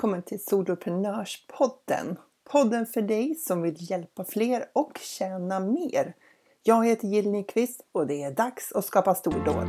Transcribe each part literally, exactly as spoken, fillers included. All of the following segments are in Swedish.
välkommen till Soloprenörspodden. Podden för dig som vill hjälpa fler och tjäna mer. Jag heter Jill Nyqvist och det är dags att skapa stordåd.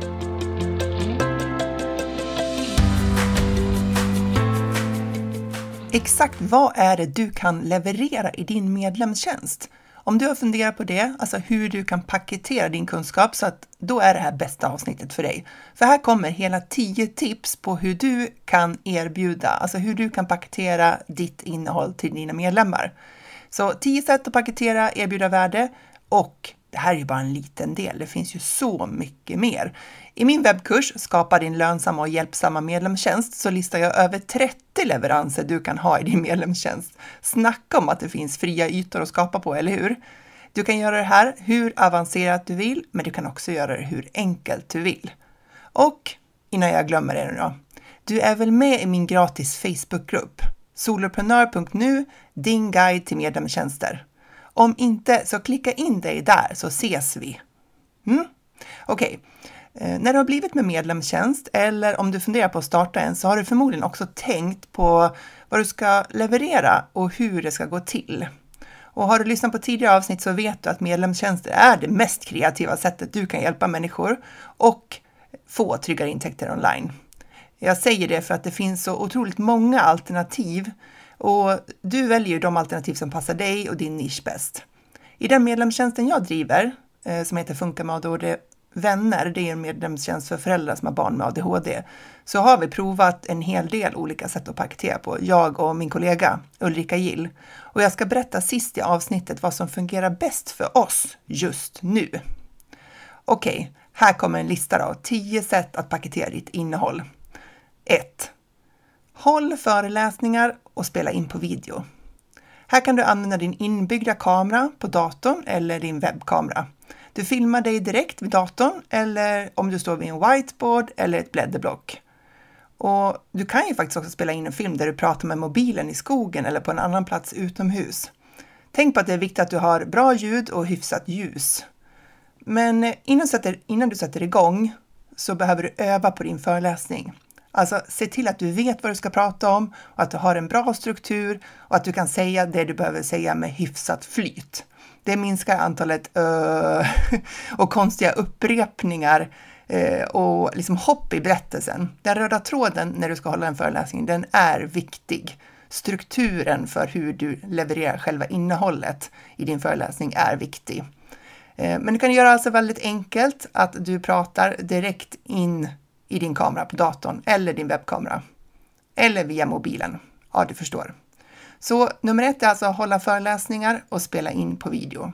Exakt vad är det du kan leverera i din medlemstjänst? Om du har funderat på det, alltså hur du kan paketera din kunskap, så att då är det här bästa avsnittet för dig. För här kommer hela tio tips på hur du kan erbjuda, alltså hur du kan paketera ditt innehåll till dina medlemmar. Så tio sätt att paketera, erbjuda värde, och det här är ju bara en liten del, det finns ju så mycket mer. I min webbkurs Skapa din lönsamma och hjälpsamma medlemstjänst så listar jag över trettio leveranser du kan ha i din medlemstjänst. Snacka om att det finns fria ytor att skapa på, eller hur? Du kan göra det här hur avancerat du vill, men du kan också göra det hur enkelt du vill. Och innan jag glömmer det nu då, du är väl med i min gratis Facebookgrupp soloprenör punkt nu, din guide till medlemstjänster. Om inte så klicka in dig där så ses vi. Mm? Okej. Okay. När du har blivit med medlemstjänst eller om du funderar på att starta en så har du förmodligen också tänkt på vad du ska leverera och hur det ska gå till. Och har du lyssnat på tidigare avsnitt så vet du att medlemstjänster är det mest kreativa sättet du kan hjälpa människor och få tryggare intäkter online. Jag säger det för att det finns så otroligt många alternativ och du väljer de alternativ som passar dig och din nisch bäst. I den medlemstjänsten jag driver som heter Funka med A D H D Vänner, det är en medlemstjänst för föräldrar som har barn med A D H D, så har vi provat en hel del olika sätt att paketera på, jag och min kollega Ulrika Gill. Och jag ska berätta sist i avsnittet vad som fungerar bäst för oss just nu. Okej, här kommer en lista då, tio sätt att paketera ditt innehåll. ett. Håll föreläsningar och spela in på video. Här kan du använda din inbyggda kamera på datorn eller din webbkamera. Du filmar dig direkt vid datorn eller om du står vid en whiteboard eller ett blädderblock. Och du kan ju faktiskt också spela in en film där du pratar med mobilen i skogen eller på en annan plats utomhus. Tänk på att det är viktigt att du har bra ljud och hyfsat ljus. Men innan du sätter, innan du sätter igång så behöver du öva på din föreläsning. Alltså se till att du vet vad du ska prata om och att du har en bra struktur och att du kan säga det du behöver säga med hyfsat flyt. Det minskar antalet uh, och konstiga upprepningar uh, och liksom hopp i berättelsen. Den röda tråden när du ska hålla en föreläsning, den är viktig. Strukturen för hur du levererar själva innehållet i din föreläsning är viktig. Uh, men du kan göra alltså väldigt enkelt att du pratar direkt in i din kamera på datorn eller din webbkamera. Eller via mobilen. Ja, du förstår. Så nummer ett är alltså att hålla föreläsningar och spela in på video.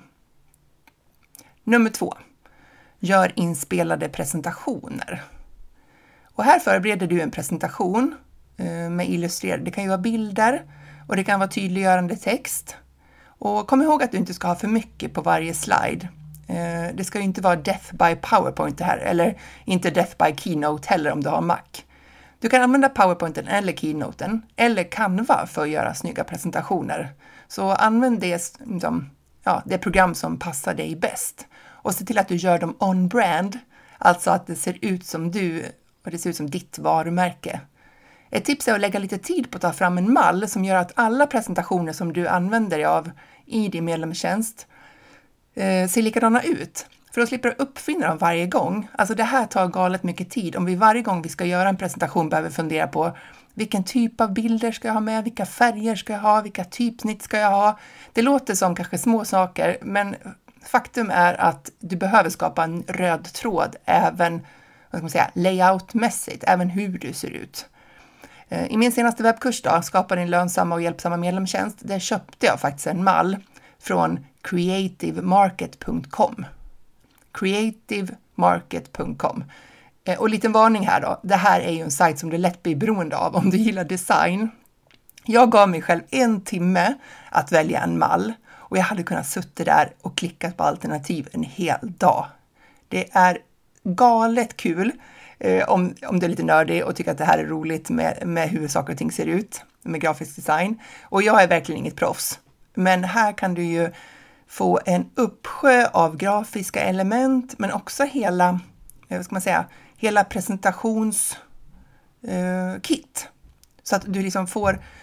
Nummer två. Gör inspelade presentationer. Och här förbereder du en presentation med illustrerade. Det kan ju vara bilder och det kan vara tydliggörande text. Och kom ihåg att du inte ska ha för mycket på varje slide. Det ska ju inte vara Death by PowerPoint det här, eller inte Death by Keynote heller om du har Mac. Du kan använda PowerPointen eller Keynoten eller Canva för att göra snygga presentationer. Så använd det, liksom, ja, det program som passar dig bäst. Och se till att du gör dem on-brand, alltså att det ser ut som du och det ser ut som ditt varumärke. Ett tips är att lägga lite tid på att ta fram en mall som gör att alla presentationer som du använder dig av i din medlemstjänst eh, ser likadana ut. För att slippa uppfinna dem varje gång. Alltså det här tar galet mycket tid. Om vi varje gång vi ska göra en presentation behöver fundera på vilken typ av bilder ska jag ha med, vilka färger ska jag ha, vilka typsnitt ska jag ha. Det låter som kanske små saker, men faktum är att du behöver skapa en röd tråd även, vad ska man säga, layoutmässigt, även hur du ser ut. I min senaste webbkurs då, Skapa din lönsamma och hjälpsamma medlemstjänst, där köpte jag faktiskt en mall från creative market punkt com. creative market punkt com. Och liten varning här då, det här är ju en sajt som du lätt blir beroende av om du gillar design. Jag gav mig själv en timme att välja en mall och jag hade kunnat sitta där och klicka på alternativ en hel dag. Det är galet kul eh, om, om du är lite nördig och tycker att det här är roligt med, med hur saker och ting ser ut, med grafisk design. Och jag är verkligen inget proffs, men här kan du ju få en uppsjö av grafiska element, men också hela, vad ska man säga, hela presentationskit. Eh, så att du liksom får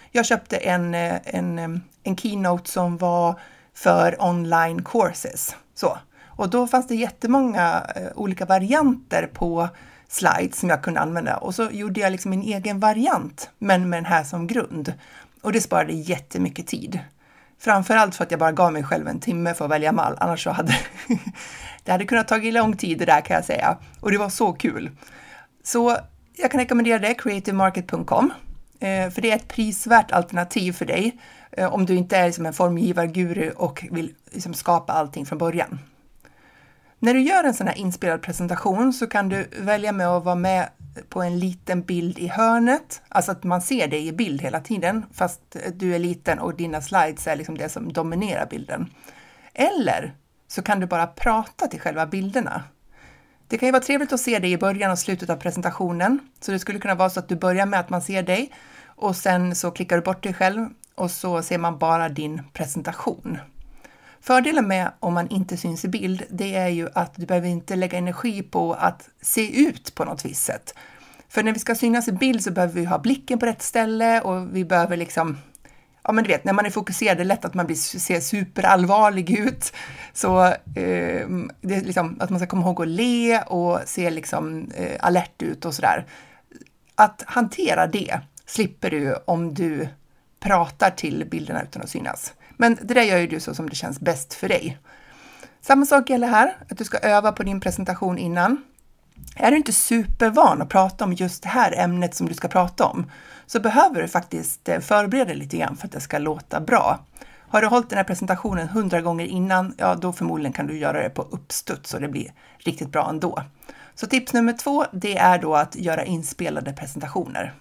Jag köpte en, en, en keynote som var för online courses. Så. Och då fanns det jättemånga olika varianter på slides som jag kunde använda. Och så gjorde jag liksom min egen variant, men med den här som grund. Och det sparade jättemycket tid. Framförallt för att jag bara gav mig själv en timme för att välja mall. Annars så hade det hade kunnat ta lång tid det där, kan jag säga. Och det var så kul. Så jag kan rekommendera det, creative market punkt com. För det är ett prisvärt alternativ för dig. Om du inte är liksom en formgivarguru och vill liksom skapa allting från början. När du gör en sån här inspelad presentation så kan du välja med att vara med på en liten bild i hörnet. Alltså att man ser dig i bild hela tiden fast du är liten och dina slides är liksom det som dominerar bilden. Eller så kan du bara prata till själva bilderna. Det kan ju vara trevligt att se dig i början och slutet av presentationen. Så det skulle kunna vara så att du börjar med att man ser dig och sen så klickar du bort dig själv och så ser man bara din presentation. Fördelen med om man inte syns i bild, det är ju att du behöver inte lägga energi på att se ut på något visst sätt. För när vi ska synas i bild så behöver vi ha blicken på rätt ställe och vi behöver liksom, ja men du vet, när man är fokuserad det är lätt att man blir, ser superallvarlig ut. Så eh, det är liksom att man ska komma ihåg att le och se liksom eh, alert ut och sådär. Att hantera det slipper du om du pratar till bilderna utan att synas. Men det där gör ju du så som det känns bäst för dig. Samma sak gäller här, att du ska öva på din presentation innan. Är du inte supervan att prata om just det här ämnet som du ska prata om så behöver du faktiskt förbereda dig lite grann för att det ska låta bra. Har du hållit den här presentationen hundra gånger innan, ja då förmodligen kan du göra det på uppstuds och det blir riktigt bra ändå. Så tips nummer två, det är då att göra inspelade presentationer.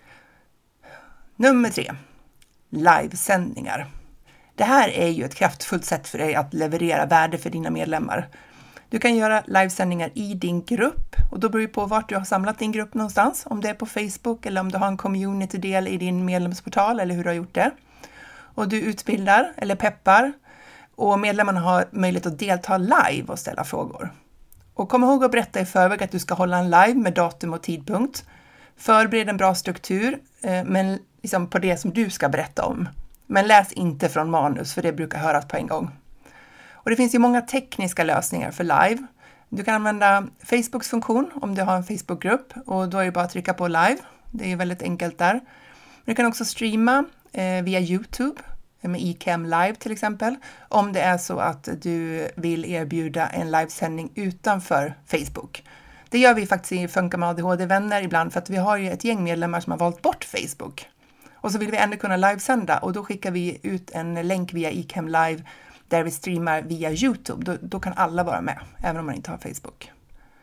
Nummer tre, livesändningar. Det här är ju ett kraftfullt sätt för dig att leverera värde för dina medlemmar. Du kan göra livesändningar i din grupp och då beror det på vart du har samlat din grupp någonstans. Om det är på Facebook eller om du har en community-del i din medlemsportal eller hur du har gjort det. Och du utbildar eller peppar och medlemmarna har möjlighet att delta live och ställa frågor. Och kom ihåg att berätta i förväg att du ska hålla en live med datum och tidpunkt. Förbered en bra struktur men liksom på det som du ska berätta om. Men läs inte från manus för det brukar höras på en gång. Och det finns ju många tekniska lösningar för live. Du kan använda Facebooks funktion om du har en Facebookgrupp och då är det bara att trycka på live. Det är väldigt enkelt där. Du kan också streama eh, via YouTube med eCam Live till exempel. Om det är så att du vill erbjuda en livesändning utanför Facebook. Det gör vi faktiskt i Funka med A D H D-vänner ibland för att vi har ju ett gäng medlemmar som har valt bort Facebook. Och så vill vi ändå kunna livesända och då skickar vi ut en länk via eCam Live där vi streamar via YouTube. Då, då kan alla vara med, även om man inte har Facebook.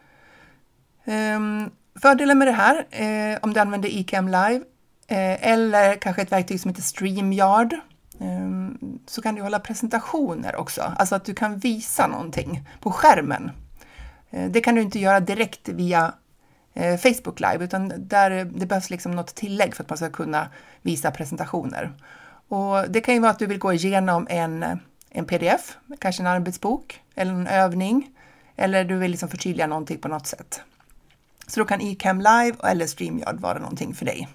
Um, fördelen med det här, eh, om du använder eCam Live eh, eller kanske ett verktyg som heter StreamYard, eh, så kan du hålla presentationer också. Alltså att du kan visa någonting på skärmen. Eh, det kan du inte göra direkt via eh, Facebook Live, utan där det behövs liksom något tillägg för att man ska kunna visa presentationer. Och det kan ju vara att du vill gå igenom en en pdf, kanske en arbetsbok eller en övning eller du vill liksom förtydliga någonting på något sätt. Så då kan eCam Live eller StreamYard vara någonting för dig.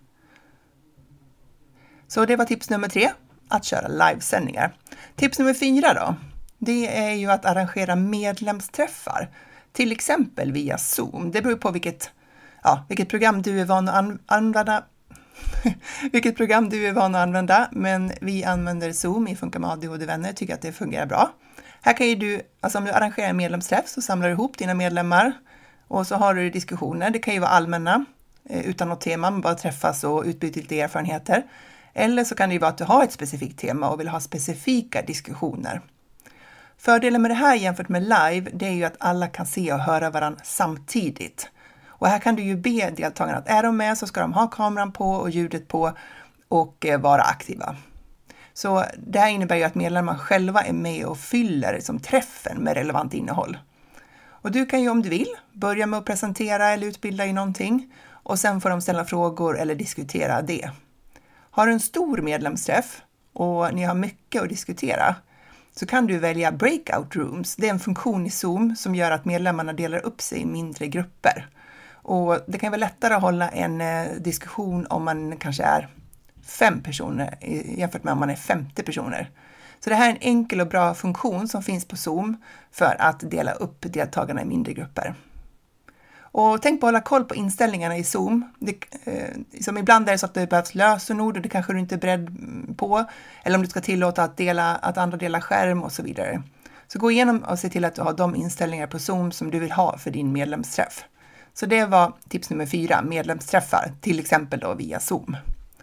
Så det var tips nummer tre, att köra livesändningar. Tips nummer fyra då, det är ju att arrangera medlemsträffar, till exempel via Zoom. Det beror på vilket, ja, vilket program du är van att an- använda Vilket program du är van att använda, men vi använder Zoom i Funka med A D H D-vänner, tycker att det fungerar bra. Här kan ju du, alltså om du arrangerar en medlemsträff så samlar du ihop dina medlemmar och så har du diskussioner. Det kan ju vara allmänna, utan något tema, man bara träffas och utbyter lite erfarenheter. Eller så kan det ju vara att du har ett specifikt tema och vill ha specifika diskussioner. Fördelen med det här jämfört med live, det är ju att alla kan se och höra varandra samtidigt. Och här kan du ju be deltagarna att är de med så ska de ha kameran på och ljudet på och vara aktiva. Så det här innebär ju att medlemmar själva är med och fyller som träffen med relevant innehåll. Och du kan ju om du vill börja med att presentera eller utbilda i någonting och sen får de ställa frågor eller diskutera det. Har du en stor medlemsträff och ni har mycket att diskutera så kan du välja breakout rooms. Det är en funktion i Zoom som gör att medlemmarna delar upp sig i mindre grupper. Och det kan vara lättare att hålla en eh, diskussion om man kanske är fem personer jämfört med om man är femtio personer. Så det här är en enkel och bra funktion som finns på Zoom för att dela upp deltagarna i mindre grupper. Och tänk på att hålla koll på inställningarna i Zoom. Det, eh, som ibland är det så att det behövs lösenord och det kanske du inte är beredd på. Eller om du ska tillåta att, dela, att andra delar skärm och så vidare. Så gå igenom och se till att du har de inställningar på Zoom som du vill ha för din medlemsträff. Så det var tips nummer fyra, medlemsträffar, till exempel då via Zoom.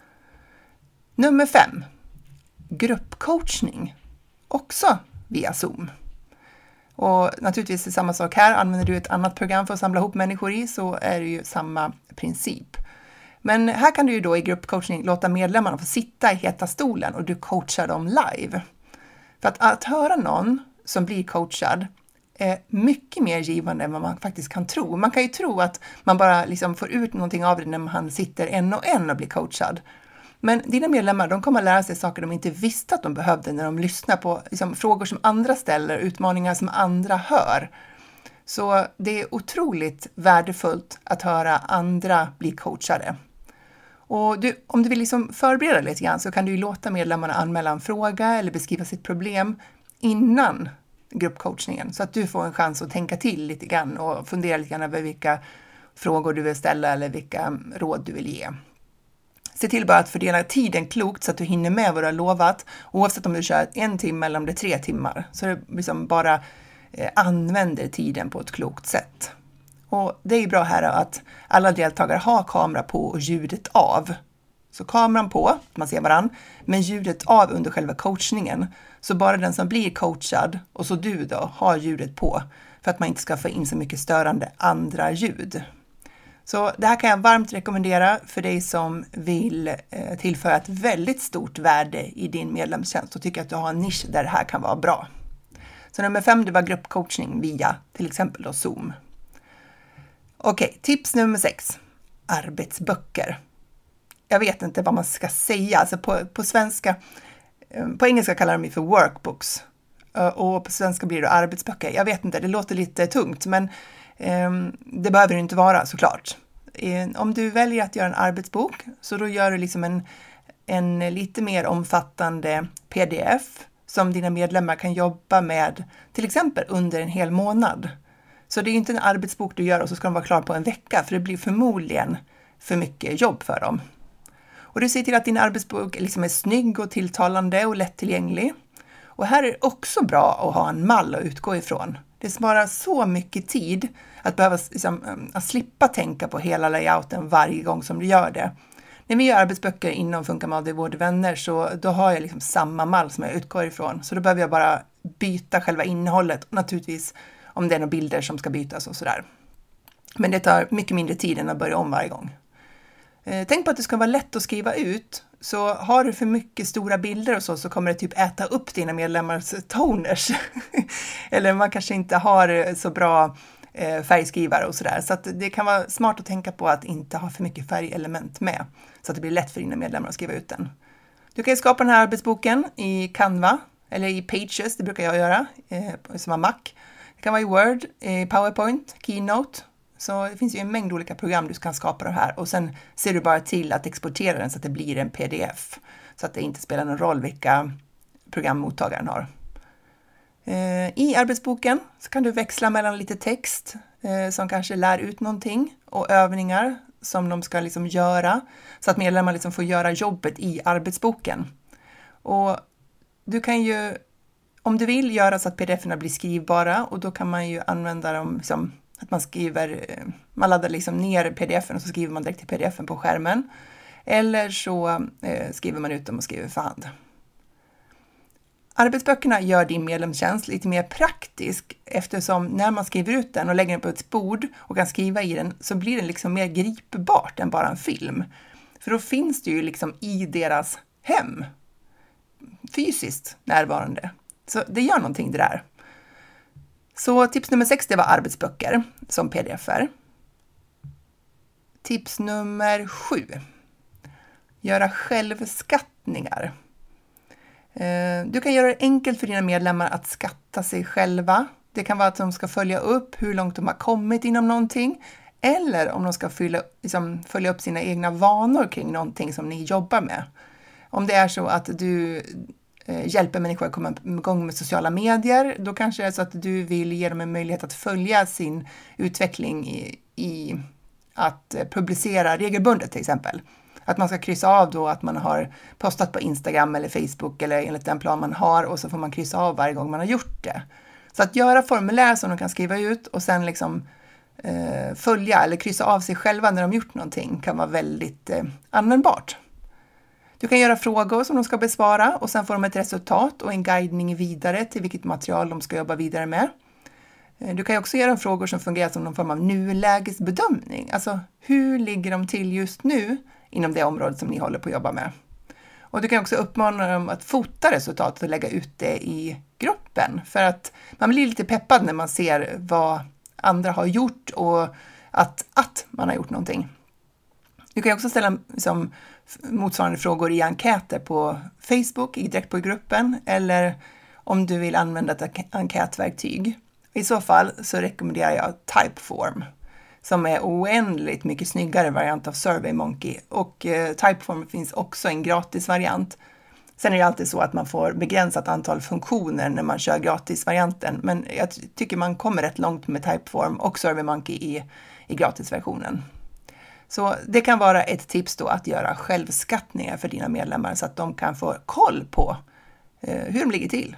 Nummer fem, gruppcoachning, också via Zoom. Och naturligtvis är samma sak här, använder du ett annat program för att samla ihop människor i så är det ju samma princip. Men här kan du ju då i gruppcoachning låta medlemmarna få sitta i heta stolen och du coachar dem live. För att, att höra någon som blir coachad är mycket mer givande än vad man faktiskt kan tro. Man kan ju tro att man bara liksom får ut någonting av det när man sitter en och en och blir coachad. Men dina medlemmar, de kommer att lära sig saker de inte visste att de behövde när de lyssnar på liksom, frågor som andra ställer, utmaningar som andra hör. Så det är otroligt värdefullt att höra andra bli coachade. Och du, om du vill liksom förbereda lite grann så kan du ju låta medlemmarna anmäla en fråga eller beskriva sitt problem innan gruppcoachningen. Så att du får en chans att tänka till lite grann och fundera lite grann över vilka frågor du vill ställa eller vilka råd du vill ge. Se till bara att fördela tiden klokt så att du hinner med vad du har lovat, oavsett om du kör en timme eller om det är tre timmar. Så du liksom bara eh, använder tiden på ett klokt sätt. Och det är bra här att alla deltagare har kamera på och ljudet av. Så kameran på, man ser varann, men ljudet av under själva coachningen. Så bara den som blir coachad och så du då har ljudet på för att man inte ska få in så mycket störande andra ljud. Så det här kan jag varmt rekommendera för dig som vill tillföra ett väldigt stort värde i din medlemstjänst och tycker att du har en nisch där det här kan vara bra. Så nummer fem, det var gruppcoachning via till exempel då Zoom. Okej, tips nummer sex, arbetsböcker. Jag vet inte vad man ska säga, alltså på, på svenska, på engelska kallar de mig för workbooks och på svenska blir det arbetsböcker. Jag vet inte, det låter lite tungt men det behöver det inte vara såklart. Om du väljer att göra en arbetsbok så då gör du liksom en, en lite mer omfattande P D F som dina medlemmar kan jobba med till exempel under en hel månad. Så det är inte en arbetsbok du gör och så ska de vara klar på en vecka för det blir förmodligen för mycket jobb för dem. Och du ser till att din arbetsbok liksom är snygg och tilltalande och lättillgänglig. Och här är det också bra att ha en mall att utgå ifrån. Det sparar så mycket tid att behöva liksom, att slippa tänka på hela layouten varje gång som du gör det. När vi gör arbetsböcker inom Funka med A D H D-vänner så då har jag liksom samma mall som jag utgår ifrån. Så då behöver jag bara byta själva innehållet och naturligtvis om det är några bilder som ska bytas och sådär. Men det tar mycket mindre tid än att börja om varje gång. Tänk på att det ska vara lätt att skriva ut. Så har du för mycket stora bilder och så så kommer det typ äta upp dina medlemmars toners. Eller man kanske inte har så bra färgskrivare och sådär. Så att det kan vara smart att tänka på att inte ha för mycket färgelement med. Så att det blir lätt för dina medlemmar att skriva ut den. Du kan skapa den här arbetsboken i Canva eller i Pages, det brukar jag göra som har Mac. Det kan vara i Word, i PowerPoint, Keynote. Så det finns ju en mängd olika program du kan skapa det här och sen ser du bara till att exportera den så att det blir en P D F. Så att det inte spelar någon roll vilka programmottagaren har. I arbetsboken så kan du växla mellan lite text som kanske lär ut någonting och övningar som de ska liksom göra så att medlemmar liksom får göra jobbet i arbetsboken. Och du kan ju, om du vill, göra så att P D F-erna blir skrivbara och då kan man ju använda dem liksom att man skriver, man laddar liksom ner P D F-en och så skriver man direkt till P D F-en på skärmen. Eller så eh, skriver man ut dem och skriver för hand. Arbetsböckerna gör din medlemstjänst lite mer praktisk eftersom när man skriver ut den och lägger den på ett bord och kan skriva i den så blir den liksom mer gripbart än bara en film. För då finns det ju liksom i deras hem. Fysiskt närvarande. Så det gör någonting det där. Så tips nummer sex, det var arbetsböcker som P D F-er. Tips nummer sju. Göra självskattningar. Du kan göra det enkelt för dina medlemmar att skatta sig själva. Det kan vara att de ska följa upp hur långt de har kommit inom någonting. Eller om de ska fylla, liksom, följa upp sina egna vanor kring någonting som ni jobbar med. Om det är så att du hjälper människor att komma igång med sociala medier, då kanske det är så att du vill ge dem en möjlighet att följa sin utveckling i, i att publicera regelbundet till exempel. Att man ska kryssa av då att man har postat på Instagram eller Facebook eller enligt den plan man har, och så får man kryssa av varje gång man har gjort det. Så att göra formulär som de kan skriva ut och sen liksom eh, följa eller kryssa av sig själva när de gjort någonting kan vara väldigt eh, användbart. Du kan göra frågor som de ska besvara och sen får de ett resultat och en guidning vidare till vilket material de ska jobba vidare med. Du kan också göra frågor som fungerar som någon form av nulägesbedömning. Alltså hur ligger de till just nu inom det området som ni håller på att jobba med. Och du kan också uppmana dem att fota resultatet och lägga ut det i gruppen. För att man blir lite peppad när man ser vad andra har gjort och att, att man har gjort någonting. Du kan också ställa liksom, motsvarande frågor i enkäter på Facebook, direkt på gruppen, eller om du vill använda ett enkätverktyg. I så fall så rekommenderar jag Typeform, som är oändligt mycket snyggare variant av SurveyMonkey. Och eh, Typeform finns också en gratis variant. Sen är det alltid så att man får begränsat antal funktioner när man kör gratisvarianten. Men jag tycker man kommer rätt långt med Typeform och SurveyMonkey i, i gratisversionen. Så det kan vara ett tips då att göra självskattningar för dina medlemmar så att de kan få koll på eh, hur de ligger till.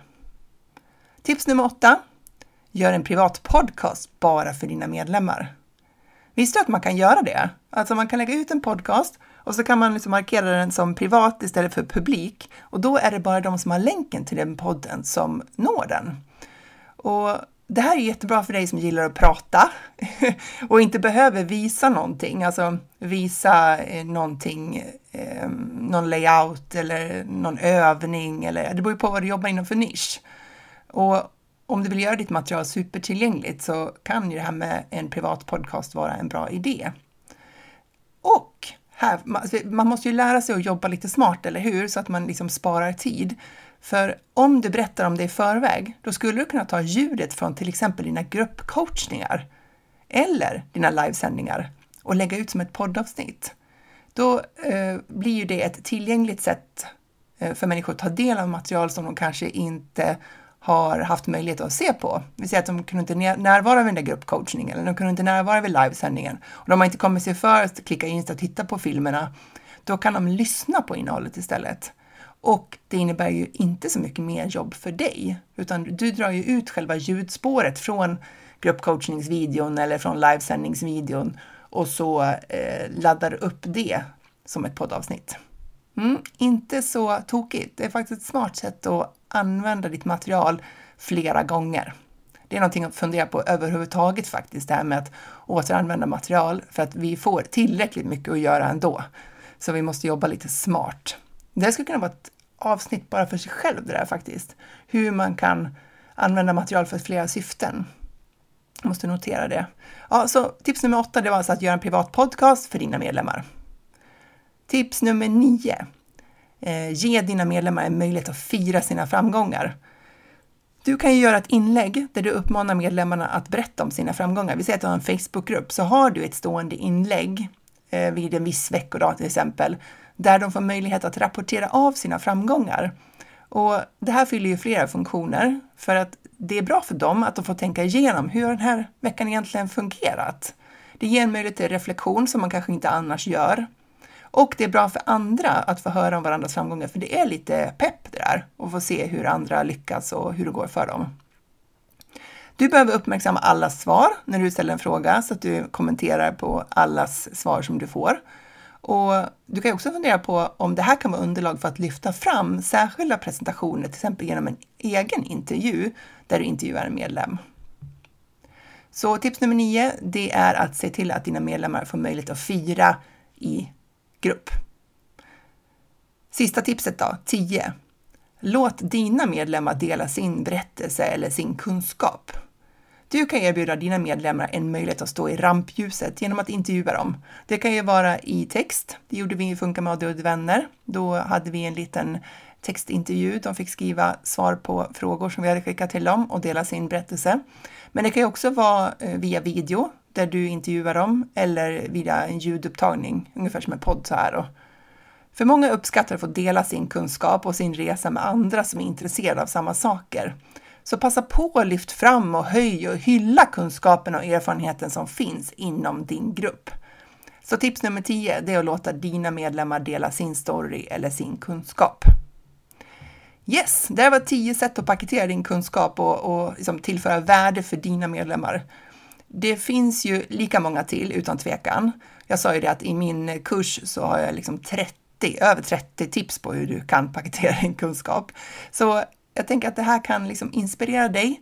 Tips nummer åtta. Gör en privat podcast bara för dina medlemmar. Visste du att man kan göra det? Alltså man kan lägga ut en podcast och så kan man liksom markera den som privat istället för publik. Och då är det bara de som har länken till den podden som når den. Och det här är jättebra för dig som gillar att prata och inte behöver visa någonting. Alltså visa någonting, eh, någon layout eller någon övning. Eller, det beror på vad du jobbar inom för nisch. Och om du vill göra ditt material supertillgängligt så kan ju det här med en privat podcast vara en bra idé. Och här, man måste ju lära sig att jobba lite smart, eller hur? Så att man liksom sparar tid. För om du berättar om det i förväg, då skulle du kunna ta ljudet från till exempel dina gruppcoachningar eller dina livesändningar och lägga ut som ett poddavsnitt. Då eh, blir ju det ett tillgängligt sätt eh, för människor att ta del av material som de kanske inte har haft möjlighet att se på. Vi säger att de kunde inte närvara vid den där gruppcoachningen eller de kunde inte närvara vid livesändningen. Och de har inte kommit sig för att klicka in och titta på filmerna. Då kan de lyssna på innehållet istället. Och det innebär ju inte så mycket mer jobb för dig. Utan du drar ju ut själva ljudspåret från gruppcoachningsvideon eller från livesändningsvideon. Och så eh, laddar upp det som ett poddavsnitt. Mm, inte så tokigt. Det är faktiskt ett smart sätt att använda ditt material flera gånger. Det är någonting att fundera på överhuvudtaget faktiskt, det här med att återanvända material, för att vi får tillräckligt mycket att göra ändå. Så vi måste jobba lite smart. Det skulle kunna vara ett avsnitt bara för sig själv det där faktiskt. Hur man kan använda material för flera syften. Jag måste notera det. Ja, så tips nummer åtta, det var alltså att göra en privat podcast för dina medlemmar. Tips nummer nio. Eh, ge dina medlemmar en möjlighet att fira sina framgångar. Du kan ju göra ett inlägg där du uppmanar medlemmarna att berätta om sina framgångar. Vi säger att du har en Facebookgrupp, så har du ett stående inlägg eh, vid en viss veckodag till exempel, där de får möjlighet att rapportera av sina framgångar. Och det här fyller ju flera funktioner, för att det är bra för dem att de får tänka igenom hur den här veckan egentligen fungerat. Det ger en möjlighet till reflektion som man kanske inte annars gör. Och det är bra för andra att få höra om varandras framgångar, för det är lite pepp det där och få se hur andra lyckas och hur det går för dem. Du behöver uppmärksamma allas svar när du ställer en fråga, så att du kommenterar på allas svar som du får. Och du kan också fundera på om det här kan vara underlag för att lyfta fram särskilda presentationer, till exempel genom en egen intervju där du intervjuar en medlem. Så tips nummer nio, det är att se till att dina medlemmar får möjlighet att fira i grupp. Sista tipset då, tio. Låt dina medlemmar dela sin berättelse eller sin kunskap. Du kan erbjuda dina medlemmar en möjlighet att stå i rampljuset genom att intervjua dem. Det kan ju vara i text. Det gjorde vi i Funka med A D H D-vänner. Då hade vi en liten textintervju. De fick skriva svar på frågor som vi hade skickat till dem och dela sin berättelse. Men det kan ju också vara via video där du intervjuar dem, eller via en ljudupptagning, ungefär som en podd så här då. För många uppskattar att få dela sin kunskap och sin resa med andra som är intresserade av samma saker. Så passa på att lyft fram och höj och hylla kunskapen och erfarenheten som finns inom din grupp. Så tips nummer tio, det är att låta dina medlemmar dela sin story eller sin kunskap. Yes, det var tio sätt att paketera din kunskap och, och liksom tillföra värde för dina medlemmar. Det finns ju lika många till utan tvekan. Jag sa ju det att i min kurs så har jag liksom trettio, över trettio tips på hur du kan paketera din kunskap. Så jag tänker att det här kan liksom inspirera dig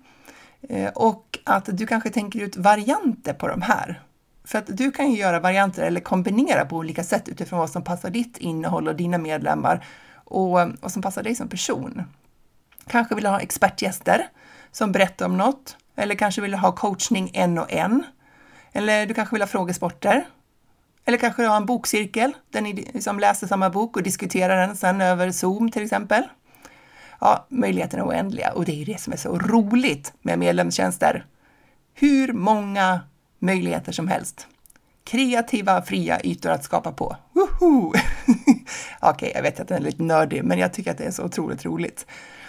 och att du kanske tänker ut varianter på de här. För att du kan ju göra varianter eller kombinera på olika sätt utifrån vad som passar ditt innehåll och dina medlemmar och vad som passar dig som person. Kanske vill du ha expertgäster som berättar om något, eller kanske vill du ha coachning en och en, eller du kanske vill ha frågesporter, eller kanske ha en bokcirkel där ni liksom läser samma bok och diskuterar den sen över Zoom till exempel. Ja, möjligheterna är oändliga och det är ju det som är så roligt med medlemstjänster. Hur många möjligheter som helst. Kreativa, fria ytor att skapa på. Woho! Okej, okay, jag vet att den är lite nördig, men jag tycker att det är så otroligt roligt.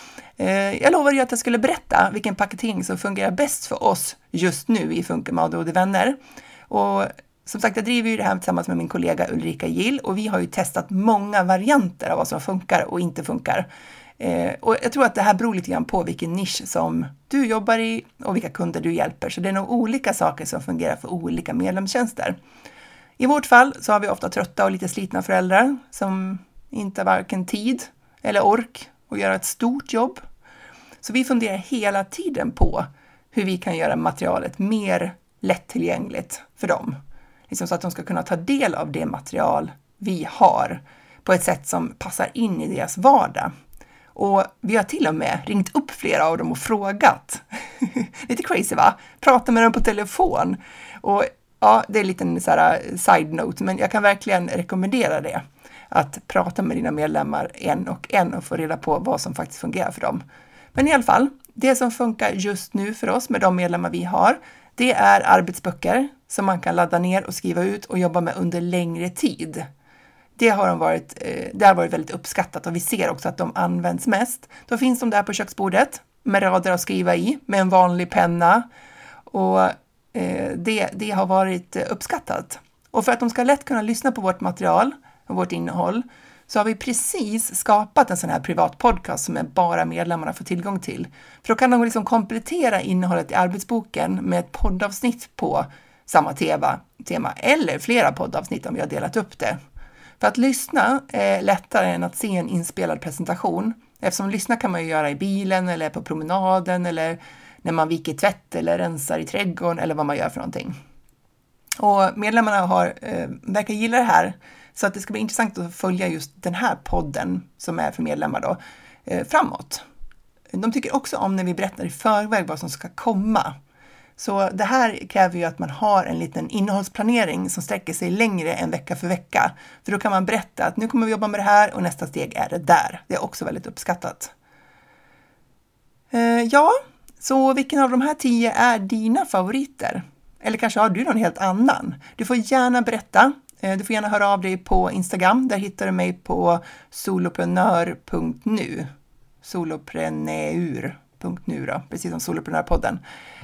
Jag lovade ju att jag skulle berätta vilken paketering som fungerar bäst för oss just nu i Funka med A D H D-vänner. Och som sagt, jag driver ju det här tillsammans med min kollega Ulrika Gill och vi har ju testat många varianter av vad som funkar och inte funkar. Och jag tror att det här beror lite grann på vilken nisch som du jobbar i och vilka kunder du hjälper. Så det är nog olika saker som fungerar för olika medlemstjänster. I vårt fall så har vi ofta trötta och lite slitna föräldrar som inte har varken tid eller ork att göra ett stort jobb. Så vi funderar hela tiden på hur vi kan göra materialet mer lättillgängligt för dem. Liksom så att de ska kunna ta del av det material vi har på ett sätt som passar in i deras vardag. Och vi har till och med ringt upp flera av dem och frågat. Lite crazy va? Prata med dem på telefon. Och ja, det är lite en så här side-note, men jag kan verkligen rekommendera det. Att prata med dina medlemmar en och en och få reda på vad som faktiskt fungerar för dem. Men i alla fall, det som funkar just nu för oss med de medlemmar vi har, det är arbetsböcker som man kan ladda ner och skriva ut och jobba med under längre tid. Det har, de varit, det har varit väldigt uppskattat och vi ser också att de används mest. Då finns de där på köksbordet med rader att skriva i med en vanlig penna och det, det har varit uppskattat. Och för att de ska lätt kunna lyssna på vårt material och vårt innehåll så har vi precis skapat en sån här privat podcast som är bara medlemmarna får tillgång till. För då kan de liksom komplettera innehållet i arbetsboken med ett poddavsnitt på samma tema, tema eller flera poddavsnitt om vi har delat upp det. För att lyssna är lättare än att se en inspelad presentation. Eftersom lyssna kan man ju göra i bilen eller på promenaden eller när man viker tvätt eller rensar i trädgården eller vad man gör för någonting. Och medlemmarna har, eh, verkar gilla det här så att det ska bli intressant att följa just den här podden som är för medlemmar då, eh, framåt. De tycker också om när vi berättar i förväg vad som ska komma. Så det här kräver ju att man har en liten innehållsplanering som sträcker sig längre än vecka för vecka. För då kan man berätta att nu kommer vi jobba med det här och nästa steg är det där. Det är också väldigt uppskattat. Eh, ja, så vilken av de här tio är dina favoriter? Eller kanske har du någon helt annan? Du får gärna berätta. Eh, du får gärna höra av dig på Instagram. Där hittar du mig på soloprenör punkt nu. Solopreneur punkt nu då, precis som Soloprenörpodden.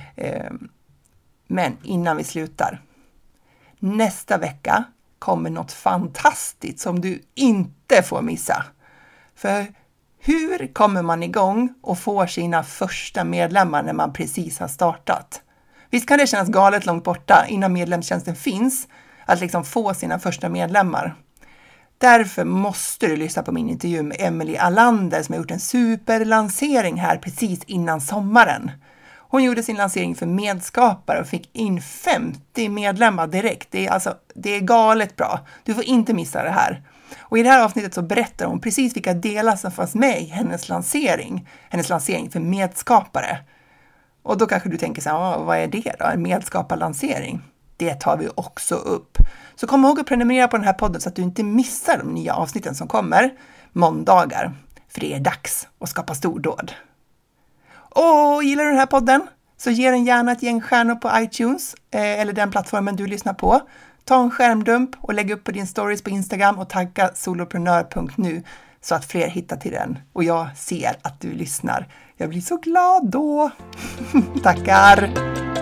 Men innan vi slutar. Nästa vecka kommer något fantastiskt som du inte får missa. För hur kommer man igång och får sina första medlemmar när man precis har startat? Visst kan det kännas galet långt borta innan medlemstjänsten finns att liksom få sina första medlemmar. Därför måste du lyssna på min intervju med Emelie Allander som har gjort en superlansering här precis innan sommaren. Hon gjorde sin lansering för medskapare och fick in femtio medlemmar direkt. Det är, alltså, det är galet bra. Du får inte missa det här. Och i det här avsnittet så berättar hon precis vilka delar som fanns med i hennes lansering. Hennes lansering för medskapare. Och då kanske du tänker så här, vad är det då? En medskaparlansering? Det tar vi också upp. Så kom ihåg att prenumerera på den här podden så att du inte missar de nya avsnitten som kommer måndagar. För det är dags att skapa stordåd. Åh, gillar du den här podden? Så ge den gärna ett gäng stjärnor på iTunes eh, eller den plattformen du lyssnar på. Ta en skärmdump och lägg upp på din stories på Instagram och tagga soloprenör punkt nu så att fler hittar till den. Och jag ser att du lyssnar. Jag blir så glad då. Tackar!